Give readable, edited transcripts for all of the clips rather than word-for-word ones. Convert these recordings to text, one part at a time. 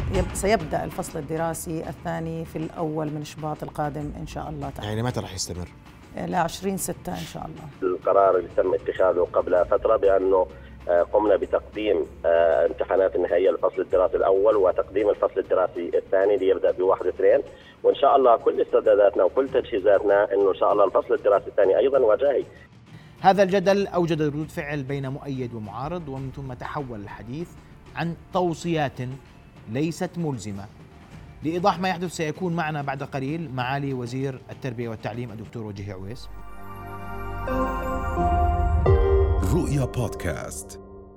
سيبدأ الفصل الدراسي الثاني في الأول من شباط القادم إن شاء الله تعالى. يعني متى راح يستمر؟ ل 20/6 إن شاء الله. القرار اللي تم اتخاذه قبل فترة بأنه قمنا بتقديم امتحانات النهائية للفصل الدراسي الأول وتقديم الفصل الدراسي الثاني ليبدأ ب1/2، وإن شاء الله كل استعداداتنا وكل تجهيزاتنا إنه إن شاء الله الفصل الدراسي الثاني أيضا وجاهي. هذا الجدل أوجد ردود فعل بين مؤيد ومعارض، ومن ثم تحول الحديث عن توصيات ليست ملزمة. لإيضاح ما يحدث سيكون معنا بعد قليل معالي وزير التربية والتعليم الدكتور وجيه عويس. رؤيا بودكاست.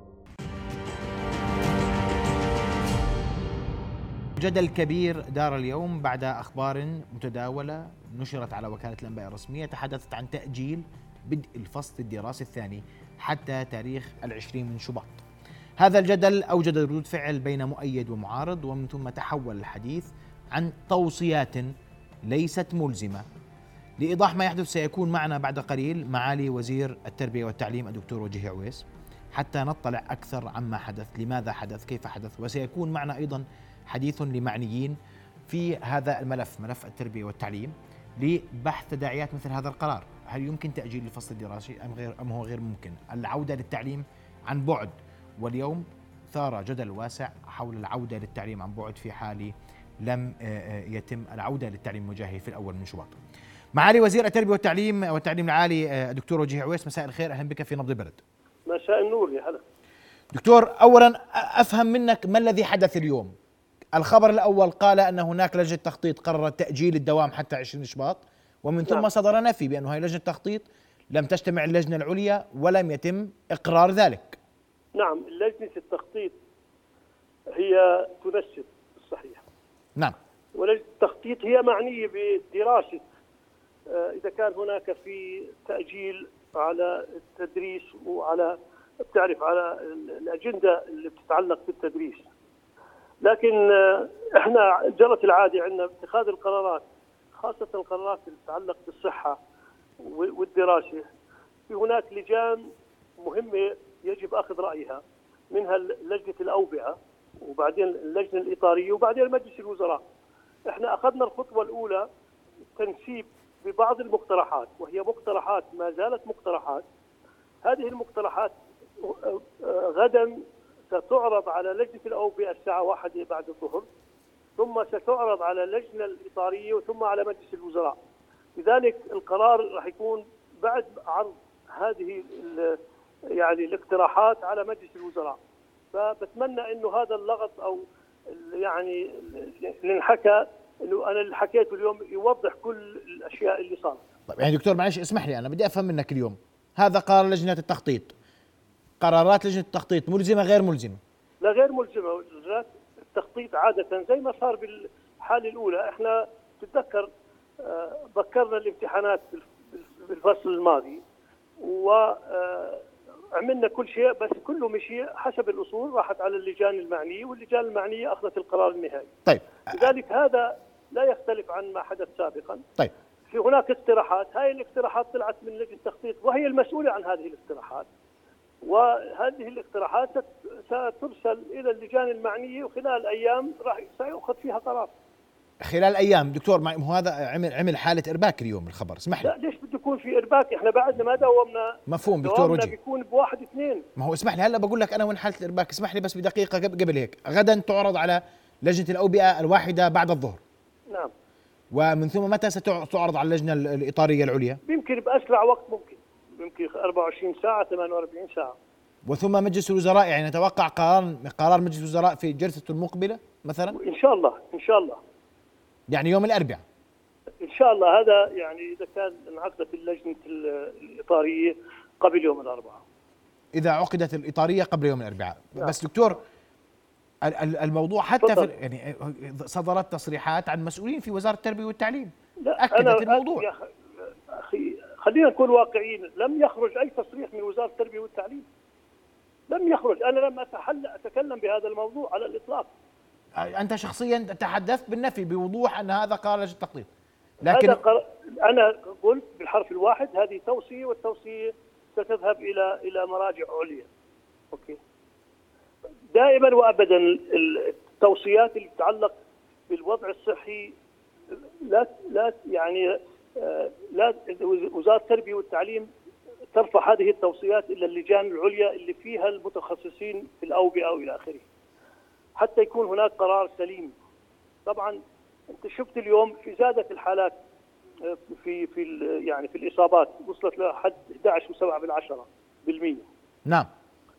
جدل كبير دار اليوم بعد أخبار متداولة نشرت على وكالة الأنباء الرسمية تحدثت عن تأجيل بدء الفصل الدراسي الثاني حتى تاريخ 20 من شباط. هذا الجدل أوجد ردود فعل بين مؤيد ومعارض، ومن ثم تحول الحديث عن توصيات ليست ملزمة. لإيضاح ما يحدث سيكون معنا بعد قليل معالي وزير التربية والتعليم الدكتور وجيه عويس حتى نطلع أكثر عما حدث، لماذا حدث، كيف حدث، وسيكون معنا أيضا حديث لمعنيين في هذا الملف، ملف التربية والتعليم، لبحث تداعيات مثل هذا القرار. هل يمكن تأجيل الفصل الدراسي أم هو غير ممكن؟ العودة للتعليم عن بعد، واليوم ثار جدل واسع حول العودة للتعليم عن بعد في حال لم يتم العودة للتعليم المجاهي في الأول من شباط. معالي وزير التربية والتعليم العالي دكتور وجيه عويس، مساء الخير، أهلا بك في نبض البلد. مساء النور يا هلا دكتور. أولا أفهم منك ما الذي حدث اليوم. الخبر الأول قال أن هناك لجنة تخطيط قررت تأجيل الدوام حتى 20 شباط، ومن ثم صدر نفي بأنه هي لجنة تخطيط لم تجتمع اللجنة العليا ولم يتم إقرار ذلك. نعم، لجنة التخطيط هي تنسب الصحيح. نعم. ولجنة التخطيط هي معنية بدراسة إذا كان هناك في تأجيل على التدريس وعلى بتعرف على الأجندة اللي بتتعلق بالتدريس. لكن احنا جرت العادة عندنا باتخاذ القرارات، خاصة القرارات اللي تتعلق بالصحة والدراسة، في هناك لجان مهمة يجب أخذ رأيها، منها لجنة الأوبئة وبعدين اللجنة الإطارية وبعدين مجلس الوزراء. احنا أخذنا الخطوة الأولى التنسيب ببعض المقترحات، وهي مقترحات ما زالت مقترحات. هذه المقترحات غدا ستعرض على لجنة الأوبئة الساعة 1 بعد الظهر، ثم ستعرض على اللجنة الإطارية وثم على مجلس الوزراء. لذلك القرار راح يكون بعد عرض هذه يعني الاقتراحات على مجلس الوزراء. فبتمنى انه هذا اللغط او يعني اللي انحكى، انه انا اللي حكيته اليوم يوضح كل الاشياء اللي صارت. طيب يعني دكتور معلش اسمح لي، انا بدي افهم منك اليوم، هذا قرار لجنة التخطيط، قرارات لجنة التخطيط ملزمة غير ملزمة؟ لا، غير ملزمة. لجنة التخطيط عادة زي ما صار بالحالة الأولى، احنا تتذكر بكرنا الامتحانات بالفصل الماضي وعملنا كل شيء، بس كله مشي حسب الأصول، راحت على اللجان المعنية واللجان المعنية أخذت القرار النهائي. طيب لذلك هذا لا يختلف عن ما حدث سابقا. طيب في هناك اقتراحات، هاي الاقتراحات طلعت من لجنة التخطيط وهي المسؤولة عن هذه الاقتراحات، وهذه الاقتراحات سترسل إلى اللجان المعنية وخلال أيام راح سيأخذ فيها قرار. خلال أيام دكتور، ما هو هذا عمل حالة إرباك اليوم الخبر، اسمح لي. لا، ليش بده يكون في إرباك؟ إحنا بعدنا ما داومنا. مفهوم دكتور وجيه. بيكون بواحد اثنين. ما هو اسمح لي هلا بقول لك أنا وين حالة الإرباك، اسمح لي بس بدقيقة قبل هيك. غدا تعرض على لجنة الأوبئة 1 بعد الظهر. نعم. ومن ثم متى ستعرض على اللجنة الإطارية العليا؟ يمكن بأسرع وقت ممكن 24 ساعة 48 ساعة. وثم مجلس الوزراء، يعني نتوقع قرار مجلس الوزراء في جلسته المقبلة مثلا؟ إن شاء الله إن شاء الله. يعني يوم الأربعاء إن شاء الله، هذا يعني إذا كان انعقدت اللجنة الإطارية قبل يوم الأربعاء. إذا عقدت الإطارية قبل يوم الأربعاء. بس دكتور الموضوع حتى في يعني صدرت تصريحات عن مسؤولين في وزارة التربية والتعليم أكدت الموضوع. يا أخي خلينا نكون واقعيين، لم يخرج أي تصريح من وزارة التربية والتعليم، لم يخرج. أنا لم أتكلم بهذا الموضوع على الإطلاق. أنت شخصيا تحدثت بالنفي بوضوح أن هذا قرار لجنة التخطيط، لكن أنا قلت بالحرف الواحد هذه توصية، والتوصية ستذهب إلى مراجع عليا. أوكي. دائما وأبدا التوصيات اللي تتعلق بالوضع الصحي لا يعني لا وزارة التربية والتعليم ترفع هذه التوصيات إلى اللجان العليا اللي فيها المتخصصين في الأوبئة وإلى آخره، حتى يكون هناك قرار سليم. طبعا أنت شفت اليوم في زادت الحالات في يعني في الإصابات، وصلت لحد 11.7%. نعم.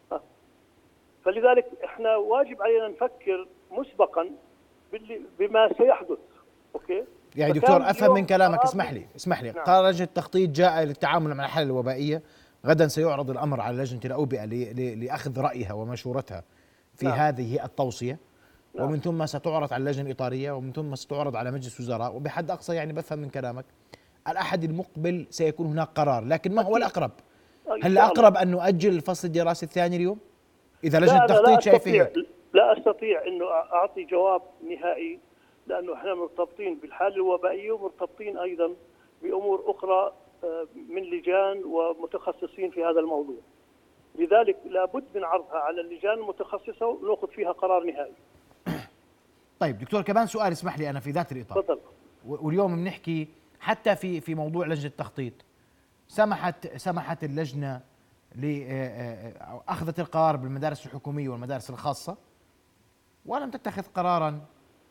فلذلك احنا واجب علينا نفكر مسبقا بما سيحدث. اوكي، يعني دكتور افهم من كلامك، اسمح لي. نعم. قرار لجنة التخطيط جاء للتعامل مع الحالة الوبائية، غدا سيعرض الامر على لجنة الأوبئة لاخذ رأيها ومشورتها في نعم. هذه التوصية. نعم. ومن ثم ستعرض على اللجنة الإطارية، ومن ثم ستعرض على مجلس وزراء، وبحد اقصى يعني بفهم من كلامك الأحد المقبل سيكون هناك قرار. لكن ما هو الأقرب؟ هل الأقرب أن نؤجل الفصل الدراسي الثاني اليوم إذا لجنة التخطيط شايفه؟ لا أستطيع أنه أعطي جواب نهائي، لأنه احنا مرتبطين بالحالة الوبائية ومرتبطين أيضا بأمور أخرى من لجان ومتخصصين في هذا الموضوع. لذلك لابد من عرضها على اللجان المتخصصة ونأخذ فيها قرار نهائي. طيب دكتور، كمان سؤال اسمح لي أنا في ذات الإطار. تفضل. واليوم بنحكي حتى في موضوع لجنة التخطيط، سمحت اللجنة أخذت القرار بالمدارس الحكومية والمدارس الخاصة، ولم تتخذ قرارا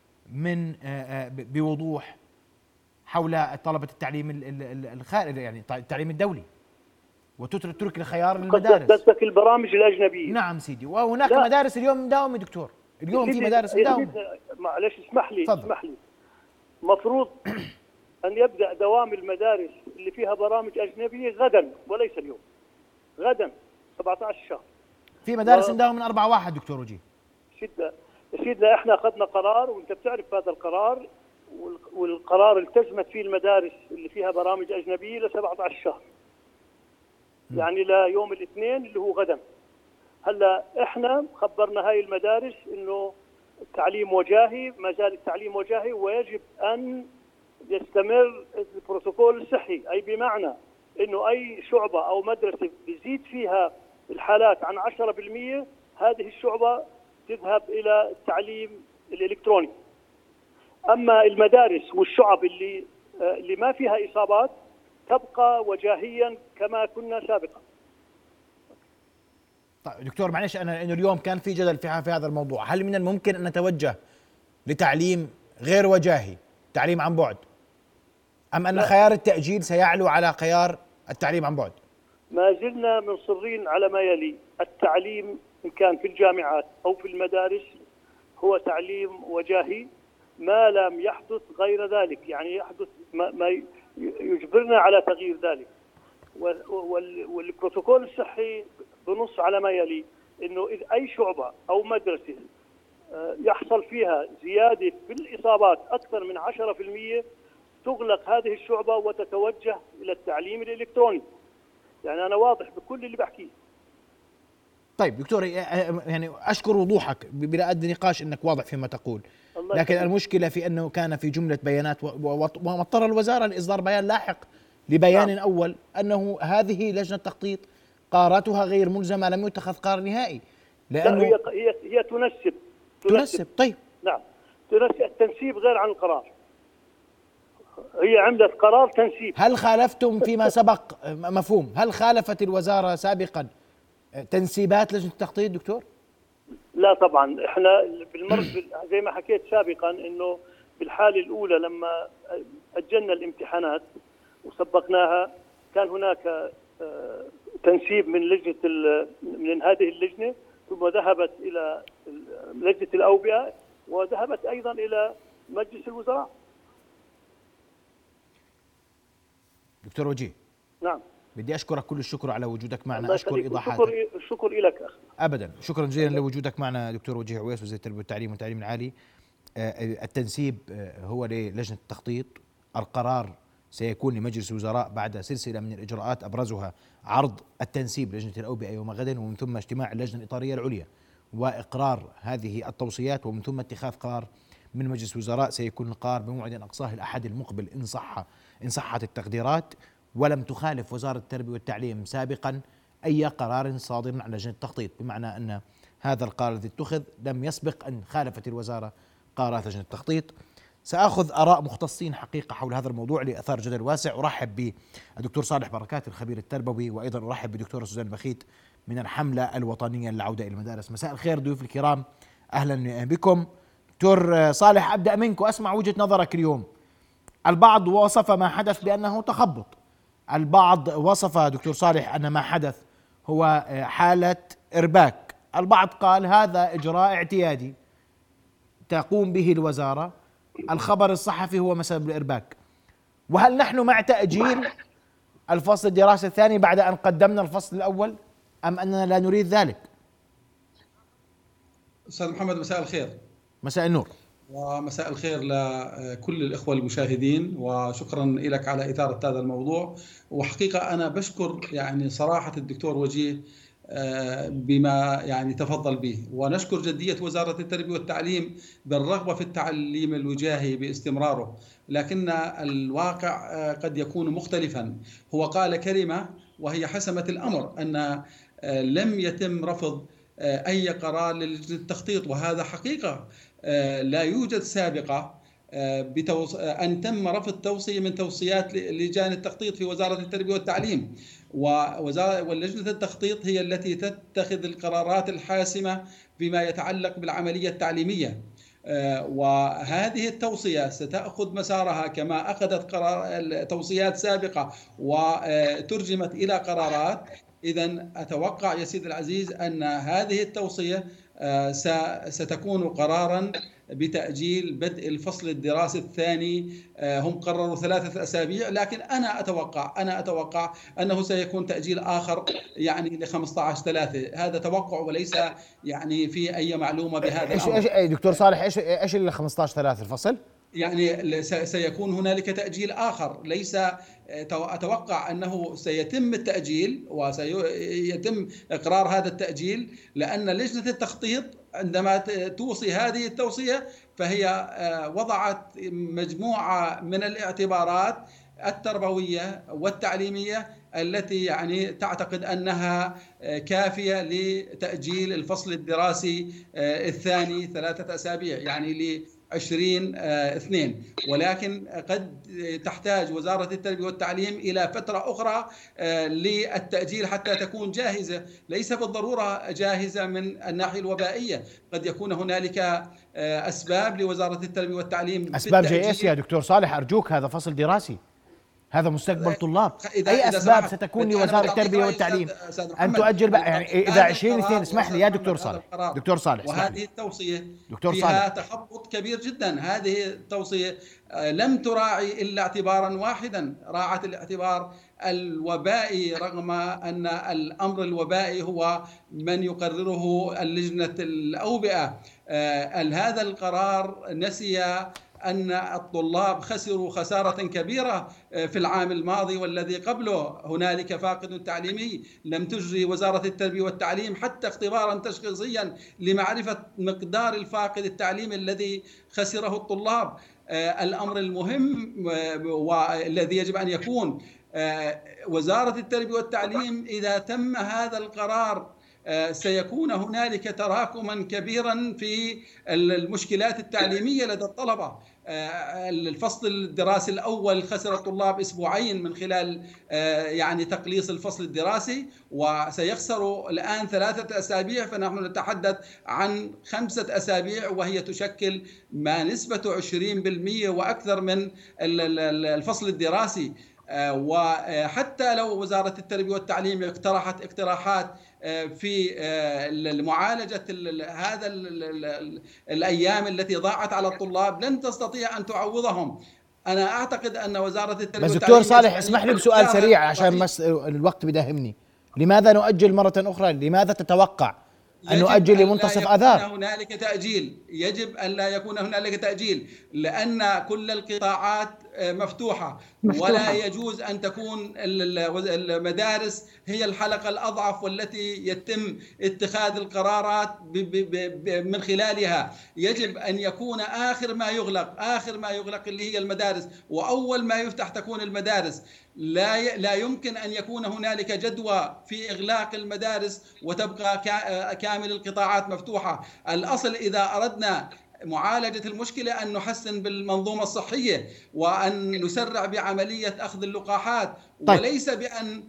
بوضوح حول طلبة التعليم الخارجي، يعني التعليم الدولي، وتترك الخيار للمدارس. قصدك البرامج الأجنبية؟ نعم سيدي. وهناك مدارس اليوم مداومة دكتور، اليوم في مدارس مداومة. معلش اسمح لي مفروض أن يبدأ دوام المدارس اللي فيها برامج أجنبية غدا وليس اليوم، غدا 17 شهر. في مدارس مداومة من 4/1 دكتور وجيه. سيدنا احنا أخذنا قرار، وأنت بتعرف هذا القرار، والقرار التزمت فيه المدارس اللي فيها برامج أجنبية ل 17 شهر. يعني ليوم الاثنين اللي هو غدا. هلا احنا خبرنا هاي المدارس انه التعليم وجاهي، ما زال التعليم وجاهي، ويجب ان يستمر البروتوكول الصحي، اي بمعنى انه اي شعبه او مدرسه بيزيد فيها الحالات عن 10%، هذه الشعبه تذهب الى التعليم الالكتروني. اما المدارس والشعب اللي ما فيها اصابات تبقى وجاهيا كما كنا سابقا. طيب دكتور معلش، انا انه اليوم كان في جدل في هذا الموضوع، هل من الممكن ان نتوجه لتعليم غير وجاهي، تعليم عن بعد، ام ان خيار التأجيل سيعلو على خيار التعليم عن بعد؟ ما زلنا مصرين على ما يلي: التعليم ان كان في الجامعات او في المدارس هو تعليم وجاهي، ما لم يحدث غير ذلك، يعني يحدث ما يجبرنا على تغيير ذلك. والبروتوكول الصحي بنص على ما يلي: انه اذا اي شعبه او مدرسه يحصل فيها زياده في الاصابات اكثر من 10%، تغلق هذه الشعبه وتتوجه الى التعليم الالكتروني. يعني انا واضح بكل اللي بحكيه. طيب دكتور، يعني اشكر وضوحك بلا ادنى نقاش انك واضح فيما تقول، لكن المشكله في انه كان في جمله بيانات، واضطر الوزاره لاصدار بيان لاحق لبيان نعم. اول انه هذه لجنه تخطيط قراراتها غير ملزمه، لم يتخذ قرار نهائي، لانه هي تنسب. طيب نعم، تنسب. التنسيب غير عن القرار، هي عملت قرار تنسيب. هل خالفتم فيما سبق؟ مفهوم. هل خالفت الوزاره سابقا تنسيبات لجنه التخطيط دكتور؟ لا طبعا، احنا زي ما حكيت سابقا انه بالحاله الاولى لما اجلنا الامتحانات وسبقناها كان هناك تنسيب من هذه اللجنه، ثم ذهبت الى لجنه الاوبئه، وذهبت ايضا الى مجلس الوزراء. دكتور وجيه، نعم، بدي أشكرك كل الشكر على وجودك معنا. أشكر إيضاحاتك. الشكر لك أخي. أبدا، شكرا جزيلا لوجودك معنا دكتور وجيه عويس، وزير التربية والتعليم والتعليم العالي. التنسيب هو للجنة التخطيط، القرار سيكون لمجلس الوزراء بعد سلسلة من الإجراءات أبرزها عرض التنسيب لجنة الأوبئة يوم غد، ومن ثم اجتماع اللجنة الإطارية العليا وإقرار هذه التوصيات، ومن ثم اتخاذ قرار من مجلس الوزراء. سيكون القرار بموعد أقصاه الأحد المقبل إن صحت التقديرات ولم تخالف وزارة التربية والتعليم سابقا أي قرار صادر عن لجنة التخطيط، بمعنى أن هذا القرار الذي اتخذ لم يسبق أن خالفت الوزارة قرارات لجنة التخطيط. سأخذ آراء مختصين حقيقة حول هذا الموضوع لإثار جدل واسع. أرحب بالدكتور صالح بركات الخبير التربوي، وأيضا أرحب بدكتورة سوزان بخيت من الحملة الوطنية للعودة إلى المدارس. مساء الخير ضيوف الكرام، أهلا بكم. دكتور صالح، أبدأ منك وأسمع وجهة نظرك اليوم. البعض وصف ما حدث بأنه تخبط، البعض وصف دكتور صالح أن ما حدث هو حالة إرباك، البعض قال هذا إجراء اعتيادي تقوم به الوزارة، الخبر الصحفي هو مسبب الإرباك. وهل نحن مع تأجيل الفصل الدراسي الثاني بعد أن قدمنا الفصل الأول أم أننا لا نريد ذلك؟ أستاذ محمد، مساء الخير. مساء النور ومساء الخير لكل الإخوة المشاهدين، وشكرا لك على إثارة هذا الموضوع. وحقيقة أنا بشكر صراحة الدكتور وجيه بما تفضل به، ونشكر جدية وزارة التربية والتعليم بالرغبة في التعليم الوجاهي باستمراره، لكن الواقع قد يكون مختلفا. هو قال كلمة وهي حسمت الأمر، أن لم يتم رفض أي قرار للجنة التخطيط، وهذا حقيقة لا يوجد سابقة أن تم رفض توصية من توصيات لجان التخطيط في وزارة التربية والتعليم. ولجنة التخطيط هي التي تتخذ القرارات الحاسمة بما يتعلق بالعملية التعليمية، وهذه التوصية ستأخذ مسارها كما أخذت توصيات سابقة وترجمت إلى قرارات. إذن أتوقع يا سيد العزيز أن هذه التوصية ستكون قراراً بتأجيل بدء الفصل الدراسي الثاني. هم قرروا 3 أسابيع، لكن أنا أتوقع أنه سيكون تأجيل آخر ل 15/3. هذا توقع وليس في أي معلومة بهذا الأمر. دكتور صالح، إيش ال 15/3 الفصل؟ سيكون هنالك تأجيل آخر، ليس أتوقع أنه سيتم التأجيل وسيتم إقرار هذا التأجيل، لأن لجنة التخطيط عندما توصي هذه التوصية فهي وضعت مجموعة من الاعتبارات التربوية والتعليمية التي تعتقد أنها كافية لتأجيل الفصل الدراسي الثاني 3 أسابيع، ل20/2. ولكن قد تحتاج وزارة التربية والتعليم إلى فترة أخرى للتأجيل حتى تكون جاهزة، ليس بالضرورة جاهزة من الناحية الوبائية. قد يكون هنالك أسباب لوزارة التربية والتعليم، أسباب جيش يا دكتور صالح، أرجوك، هذا فصل دراسي، هذا مستقبل طلاب. أي أسباب ستكون لوزارة التربية والتعليم أن تؤجل إذا 20/2؟ اسمح لي يا دكتور صالح، وهذه التوصية فيها تخبط كبير جدا. هذه التوصية لم تراعي إلا اعتبارا واحدا، راعت الاعتبار الوبائي، رغم أن الأمر الوبائي هو من يقرره اللجنة الأوبئة. هذا القرار نسي أن الطلاب خسروا خسارة كبيرة في العام الماضي والذي قبله. هنالك فاقد تعليمي، لم تجري وزارة التربية والتعليم حتى اختبارا تشخيصيا لمعرفة مقدار الفاقد التعليمي الذي خسره الطلاب. الأمر المهم والذي يجب أن يكون، وزارة التربية والتعليم إذا تم هذا القرار سيكون هنالك تراكما كبيرا في المشكلات التعليمية لدى الطلبة. الفصل الدراسي الأول خسر الطلاب 2 أسبوع من خلال تقليص الفصل الدراسي، وسيخسر الآن 3 أسابيع، فنحن نتحدث عن 5 أسابيع، وهي تشكل ما نسبة 20% وأكثر من الفصل الدراسي. وحتى لو وزارة التربية والتعليم اقترحت اقتراحات في معالجة هذا الأيام التي ضاعت على الطلاب، لن تستطيع أن تعوضهم. أنا أعتقد أن وزارة التربية والتعليم. دكتور صالح، اسمح لي بسؤال سريع عشان بس الوقت بداهمني. لماذا نؤجل مرة أخرى؟ لماذا تتوقع أن نؤجل لمنتصف آذار؟ هنالك تأجيل، يجب أن لا يكون هنالك تأجيل، لأن كل القطاعات مفتوحة. ولا يجوز أن تكون المدارس هي الحلقة الأضعف والتي يتم اتخاذ القرارات من خلالها. يجب أن يكون آخر ما يغلق اللي هي المدارس، وأول ما يفتح تكون المدارس. لا يمكن أن يكون هنالك جدوى في إغلاق المدارس وتبقى كامل القطاعات مفتوحة. الأصل إذا أردنا معالجة المشكلة أن نحسن بالمنظومة الصحية وأن نسرع بعملية أخذ اللقاحات، وليس بأن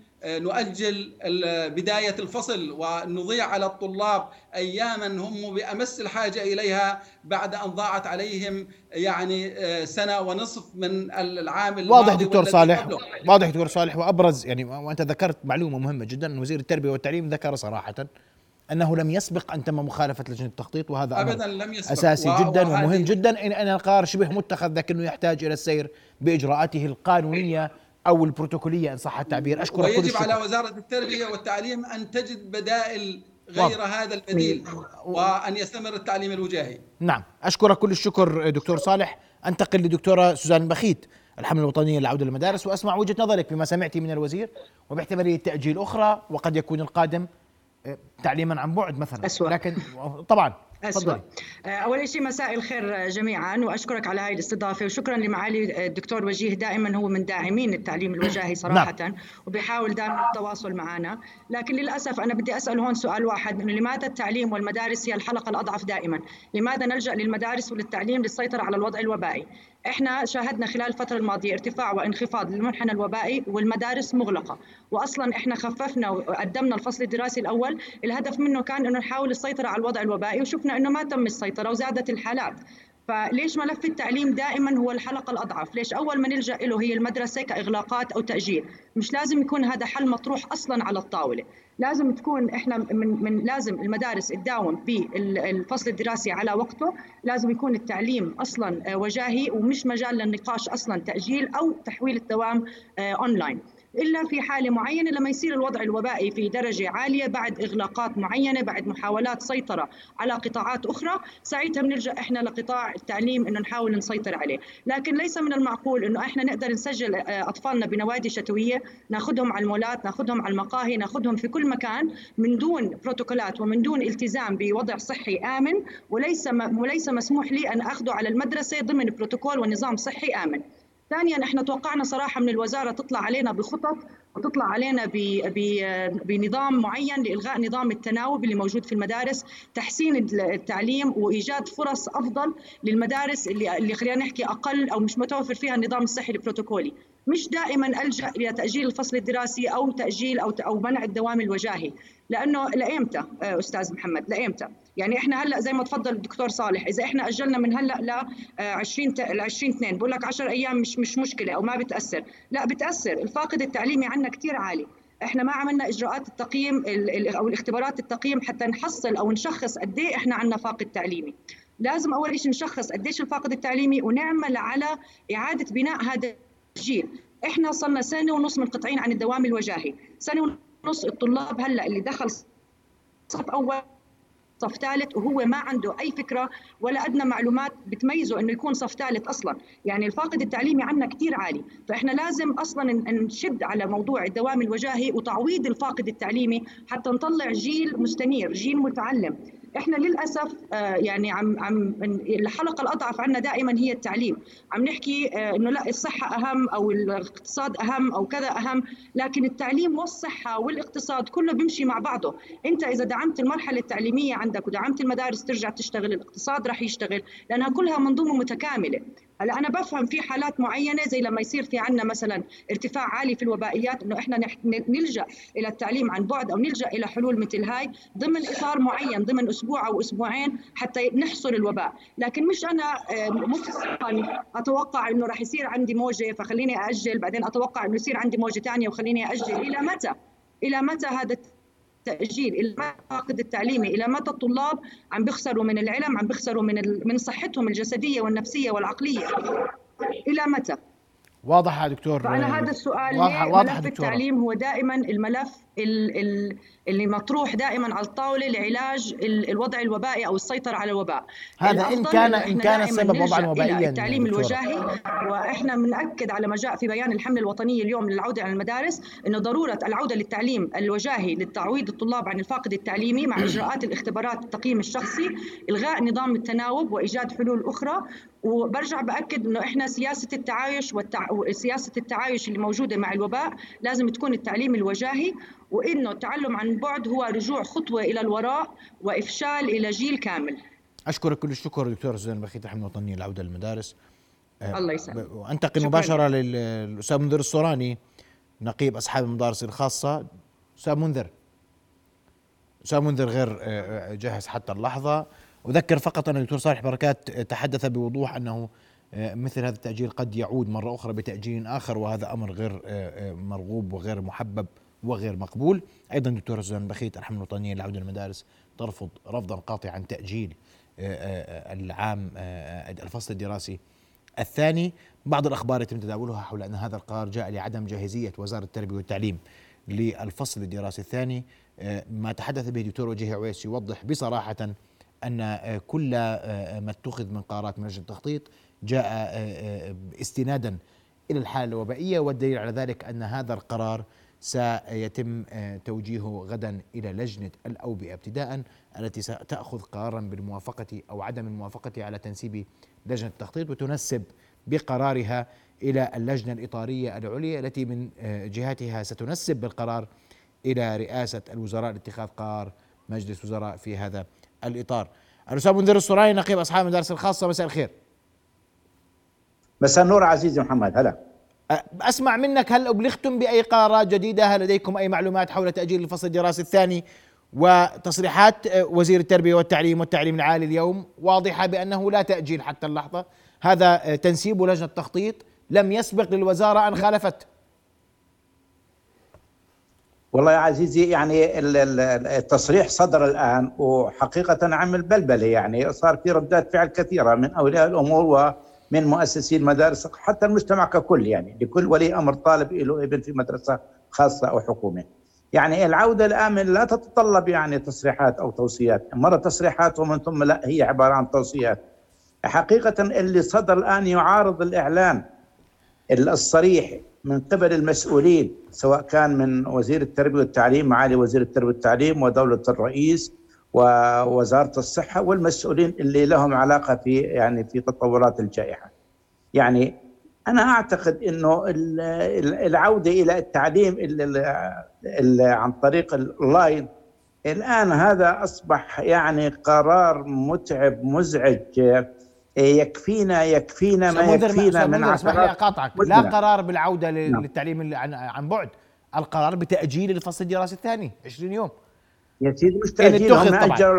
نؤجل بداية الفصل ونضيع على الطلاب أياما هم بأمس الحاجة إليها بعد أن ضاعت عليهم يعني سنة ونصف من العام الماضي. واضح دكتور صالح، وأبرز يعني وأنت ذكرت معلومة مهمة جدا، أن وزير التربية والتعليم ذكر صراحة أنه لم يسبق أن تم مخالفة لجنة التخطيط، وهذا أبداً لم يسبق، أساسي جدا ومهم جدا. إن القرار شبه متخذ لكنه يحتاج إلى السير بإجراءاته القانونية أو البروتوكولية إن صح التعبير. أشكرك. ويجب على وزارة التربية والتعليم أن تجد بدائل غير هذا البديل وأن يستمر التعليم الوجاهي. نعم، أشكرك كل الشكر دكتور صالح. أنتقل لدكتورة سوزان البخيت، الحملة الوطنية للعودة للمدارس، وأسمع وجهة نظرك بما سمعتي من الوزير وباحتمالية تأجيل أخرى، وقد يكون القادم تعليما عن بعد مثلا أسوأ. لكن طبعا تفضلي. أول شيء مساء الخير جميعا، وأشكرك على هذه الاستضافة، وشكرا لمعالي الدكتور وجيه، دائما هو من داعمين التعليم الوجاهي صراحة. نعم. وبيحاول دائما التواصل معنا، لكن للأسف أنا بدي أسأل هون سؤال واحد، إنه لماذا التعليم والمدارس هي الحلقة الأضعف دائما؟ لماذا نلجأ للمدارس وللتعليم للسيطرة على الوضع الوبائي؟ احنا شاهدنا خلال الفترة الماضية ارتفاع وانخفاض للمنحنى الوبائي والمدارس مغلقة، واصلا احنا خففنا وقدمنا الفصل الدراسي الاول، الهدف منه كان انه نحاول السيطرة على الوضع الوبائي، وشفنا انه ما تم السيطرة وزادت الحالات. فليش ملف التعليم دائما هو الحلقة الأضعف؟ ليش أول ما نلجأ له هي المدرسة كإغلاقات أو تأجيل؟ مش لازم يكون هذا حل مطروح أصلا على الطاولة. لازم تكون احنا لازم المدارس تداوم بالفصل الدراسي على وقته، لازم يكون التعليم اصلا وجاهي ومش مجال للنقاش اصلا تأجيل او تحويل الدوام اونلاين، إلا في حالة معينة لما يصير الوضع الوبائي في درجة عالية بعد إغلاقات معينة، بعد محاولات سيطرة على قطاعات أخرى، ساعتها بنرجع إحنا لقطاع التعليم إنه نحاول نسيطر عليه. لكن ليس من المعقول إنه إحنا نقدر نسجل أطفالنا بنوادي شتوية، ناخذهم على المولات، ناخذهم على المقاهي، ناخذهم في كل مكان من دون بروتوكولات ومن دون التزام بوضع صحي آمن، وليس مسموح لي أن أخذه على المدرسة ضمن بروتوكول ونظام صحي آمن. ثانيا احنا توقعنا صراحه من الوزاره تطلع علينا بخطط وتطلع علينا بنظام معين لالغاء نظام التناوب اللي موجود في المدارس، تحسين التعليم وايجاد فرص افضل للمدارس اللي خلينا نحكي اقل او مش متوفر فيها النظام الصحي البروتوكولي. مش دائما الجا الى تاجيل الفصل الدراسي او تاجيل او منع الدوام الوجاهي، لانه لايمتى استاذ محمد؟ لايمتى؟ يعني احنا هلا زي ما تفضل الدكتور صالح، اذا احنا اجلنا من هلا ل 20/2 بقول لك 10 ايام مش مشكله او ما بتاثر، لا بتاثر. الفاقد التعليمي عندنا كثير عالي، احنا ما عملنا اجراءات التقييم او الاختبارات التقييم حتى نحصل او نشخص قد ايه احنا عندنا فاقد تعليمي. لازم اول شيء نشخص قديش الفاقد التعليمي ونعمل على اعاده بناء هذا الجيل. احنا صلنا 1.5 سنة منقطعين عن الدوام الوجاهي، 1.5 سنة الطلاب هلا اللي دخل صف اول صف ثالث وهو ما عنده اي فكره ولا ادنى معلومات بتميزه انه يكون صف ثالث اصلا، يعني الفاقد التعليمي عندنا كثير عالي. فاحنا لازم اصلا نشد على موضوع الدوام الوجاهي وتعويض الفاقد التعليمي حتى نطلع جيل مستنير، جيل متعلم. احنا للاسف يعني الحلقه الاضعف عندنا دائما هي التعليم، عم نحكي انه لا الصحه اهم او الاقتصاد اهم او كذا اهم، لكن التعليم والصحه والاقتصاد كله بيمشي مع بعضه. انت اذا دعمت المرحله التعليميه عندك ودعمت المدارس ترجع تشتغل، الاقتصاد راح يشتغل، لانها كلها منظومه متكامله. هلا انا بفهم في حالات معينه زي لما يصير في عندنا مثلا ارتفاع عالي في الوبائيات انه احنا نلجا الى التعليم عن بعد او نلجا الى حلول مثل هاي ضمن اطار معين ضمن اسبوع او اسبوعين حتى نحصر الوباء، لكن مش انا مسبقا اتوقع انه راح يصير عندي موجه فخليني ااجل، بعدين اتوقع انه يصير عندي موجه ثانيه وخليني ااجل. الى متى؟ الى متى هذا التأجيل؟ إلى متى الفاقد التعليمي؟ إلى متى الطلاب عم بيخسروا من العلم، عم بيخسروا من صحتهم الجسدية والنفسية والعقلية؟ إلى متى؟ واضح يا دكتور. فأنا هذا السؤال، واضح ملف التعليم هو دائما الملف اللي مطروح دائما على الطاولة لعلاج الوضع الوبائي أو السيطرة على الوباء. هذا إن كان السبب وضعا وبائيا. التعليم الوجاهي، وإحنا بنأكد على ما جاء في بيان الحملة الوطنية اليوم للعودة على المدارس إنه ضرورة العودة للتعليم الوجاهي للتعويض الطلاب عن الفاقد التعليمي مع إجراءات الاختبارات التقييم الشخصي، إلغاء نظام التناوب وإيجاد حلول أخرى. وبرجع بأكد إنه إحنا سياسة التعايش وسياسة التعايش اللي موجودة مع الوباء لازم تكون التعليم الوجاهي، وإنه التعلم عن بعد هو رجوع خطوة إلى الوراء وإفشال إلى جيل كامل. أشكرك كل الشكر دكتور سوزان البخيت، الحملة الوطنية للعودة للمدارس. الله يسلمك. وأنتقل مباشرة للأستاذ منذر الصوراني، نقيب أصحاب المدارس الخاصة. أستاذ منذر غير جاهز حتى اللحظة. أذكر فقط أن الدكتور صالح بركات تحدث بوضوح أنه مثل هذا التأجيل قد يعود مرة أخرى بتأجيل آخر، وهذا أمر غير مرغوب وغير محبب وغير مقبول. أيضا دكتور سوزان البخيت، الحملة الوطنية للعودة للمدارس، ترفض رفضا قاطعا تأجيل العام الفصل الدراسي الثاني. بعض الأخبار يتم تداولها حول أن هذا القرار جاء لعدم جاهزية وزارة التربية والتعليم للفصل الدراسي الثاني. ما تحدث به دكتور وجيه عويس يوضح بصراحة أن كل ما اتخذ من قرارات من أجل التخطيط جاء استنادا إلى الحالة الوبائية، والدليل على ذلك أن هذا القرار سيتم توجيهه غدا إلى لجنة الأوبئة ابتداء، التي ستأخذ قرارا بالموافقة أو عدم الموافقة على تنسيب لجنة التخطيط، وتنسب بقرارها إلى اللجنة الإطارية العليا التي من جهتها ستنسب بالقرار إلى رئاسة الوزراء لاتخاذ قرار مجلس وزراء في هذا الإطار. الأستاذ منذر الصوراني، نقيب أصحاب المدارس الخاصة، مساء الخير. مساء النور عزيزي محمد. هلا، أسمع منك، هل أبلغتم بأي قرارات جديدة؟ هل لديكم أي معلومات حول تأجيل الفصل الدراسي الثاني؟ وتصريحات وزير التربية والتعليم العالي اليوم واضحة بأنه لا تأجيل حتى اللحظة، هذا تنسيب لجنة التخطيط لم يسبق للوزارة أن خالفت. والله يا عزيزي، يعني التصريح صدر الآن وحقيقة عمل بلبلة، يعني صار في ردات فعل كثيرة من أولياء الأمور ومن مؤسسي المدارس، حتى المجتمع ككل، يعني لكل ولي أمر طالب له ابن في مدرسة خاصة أو حكومة. يعني العودة الآن لا تتطلب يعني تصريحات أو توصيات، مرة تصريحات ومن ثم لا، هي عبارة عن توصيات. حقيقة اللي صدر الآن يعارض الإعلان الصريح من قبل المسؤولين، سواء كان من وزير التربية والتعليم، معالي وزير التربية والتعليم، ودولة الرئيس، ووزارة الصحة، والمسؤولين اللي لهم علاقة في تطورات الجائحة. يعني أنا أعتقد إنه العودة إلى التعليم عن طريق الأونلاين الآن هذا أصبح يعني قرار متعب مزعج. يكفينا ما يكفينا من اسمح لي أقاطعك، لا قرار بالعودة للتعليم عن بعد، القرار بتأجيل الفصل الدراسي الثاني 20 يوم. يا سيدي مش تأجيل، هم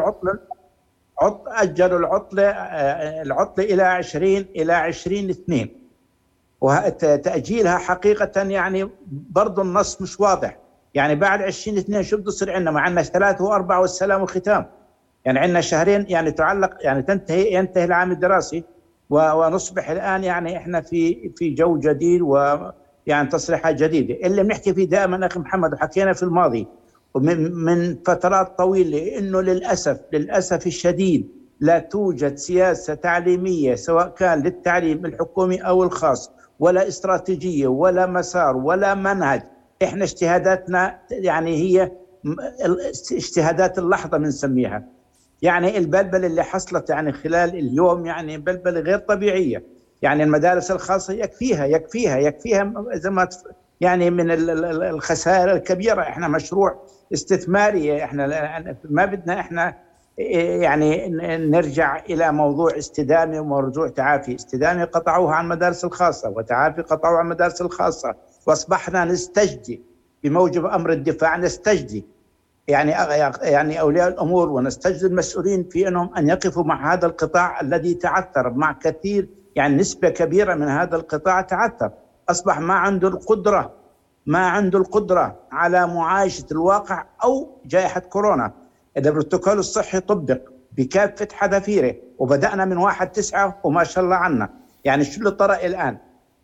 أجلوا العطلة إلى 20/2، وتأجيلها حقيقة يعني برضو النص مش واضح. يعني بعد 20/2 شو بده يصير عندنا؟ ما عندنا 3 و4 والسلام والختام، يعني عندنا شهرين يعني تعلق، يعني ينتهي العام الدراسي، ونصبح الآن يعني احنا في جو جديد ويعني تصريحات جديدة. اللي بنحكي فيه دائما أخي محمد، وحكينا في الماضي ومن فترات طويلة، إنه للأسف الشديد لا توجد سياسة تعليمية سواء كان للتعليم الحكومي أو الخاص، ولا استراتيجية ولا مسار ولا منهج. احنا اجتهاداتنا يعني هي اجتهادات اللحظة بنسميها. يعني البلبلة اللي حصلت يعني خلال اليوم يعني بلبلة غير طبيعية. يعني المدارس الخاصة يكفيها زي ما يعني من الخسائر الكبيرة. احنا مشروع استثماري، احنا ما بدنا احنا يعني نرجع الى موضوع استدامه وموضوع تعافي. استدامه قطعوها عن المدارس الخاصة، وتعافي قطعوها عن المدارس الخاصة، واصبحنا نستجدي بموجب امر الدفاع، نستجدي يعني اولياء الامور ونستجدي المسؤولين في انهم ان يقفوا مع هذا القطاع الذي تعثر، مع كثير يعني نسبة كبيرة من هذا القطاع تعثر، اصبح ما عنده القدرة على معايشة الواقع او جائحة كورونا. البروتوكول الصحي طبق بكافة حذافيره، وبدأنا من 1/9 وما شاء الله عنا. يعني شو اللي طرأ الآن؟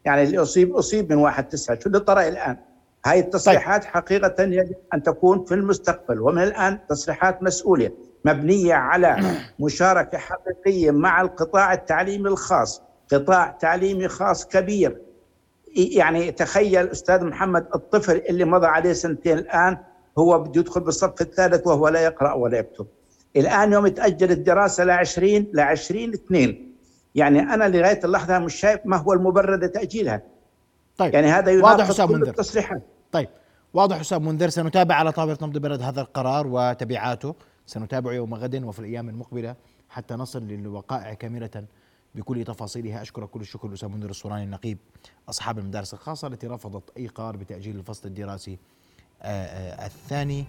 يعني اللي أصيب من 1/9. شو اللي طرأ الآن؟ هاي التصريحات حقيقة يجب أن تكون في المستقبل، ومن الآن تصريحات مسؤولة مبنية على مشاركة حقيقية مع القطاع التعليمي الخاص، قطاع تعليمي خاص كبير. يعني تخيل أستاذ محمد، الطفل اللي مضى عليه 2 سنين الآن هو بده يدخل بالصف الثالث وهو لا يقرأ ولا يكتب. الآن يوم تأجل الدراسة ل 20/2، يعني أنا لغاية اللحظة مش شايف ما هو المبرر لتأجيلها. طيب يعني هذا واضح يناقض كل التصريحات. طيب واضح أستاذ منذر، سنتابع على طاولة نبض البلد هذا القرار وتبعاته، سنتابعه يوم غد وفي الأيام المقبلة حتى نصل للوقائع كاملة بكل تفاصيلها. أشكرك كل الشكر الأستاذ منذر الصوراني، النقيب أصحاب المدارس الخاصة التي رفضت أي قرار بتأجيل الفصل الدراسي الثاني.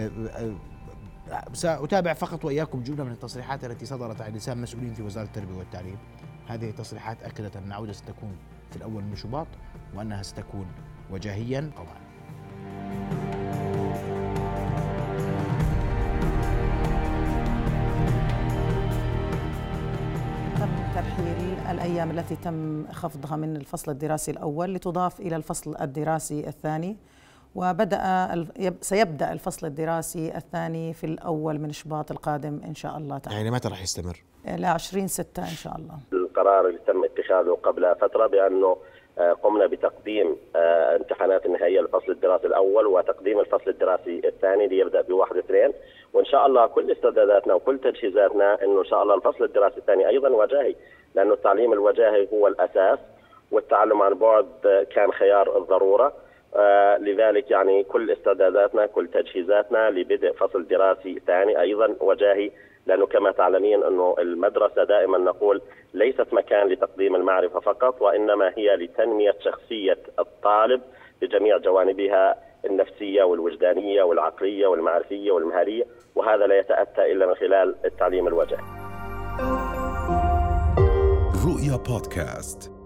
سأتابع فقط وإياكم جملة من التصريحات التي صدرت عن لسان مسؤولين في وزارة التربية والتعليم. هذه التصريحات أكدت أن العودة ستكون في الأول من شباط، وأنها ستكون وجاهيا طبعا. تم ترحيل الأيام التي تم خفضها من الفصل الدراسي الأول لتضاف إلى الفصل الدراسي الثاني، سيبدأ الفصل الدراسي الثاني في الأول من شباط القادم إن شاء الله تعالى. يعني متى راح يستمر؟ ل 20/6 إن شاء الله. القرار اللي تم اتخاذه قبل فترة بأنه قمنا بتقديم امتحانات النهائية للفصل الدراسي الأول وتقديم الفصل الدراسي الثاني ليبدأ ب1/2، وإن شاء الله كل استعداداتنا وكل تجهيزاتنا إنه إن شاء الله الفصل الدراسي الثاني أيضا وجاهي، لأنه التعليم الوجاهي هو الأساس والتعلم عن بعد كان خيار الضرورة. لذلك يعني كل استعداداتنا كل تجهيزاتنا لبدء فصل دراسي ثاني أيضا وجاهي، لأنه كما تعلمين أنه المدرسة دائما نقول ليست مكان لتقديم المعرفة فقط، وإنما هي لتنمية شخصية الطالب بجميع جوانبها النفسية والوجدانية والعقلية والمعرفية والمهارية، وهذا لا يتأتى إلا من خلال التعليم الوجاهي. رؤيا بودكاست.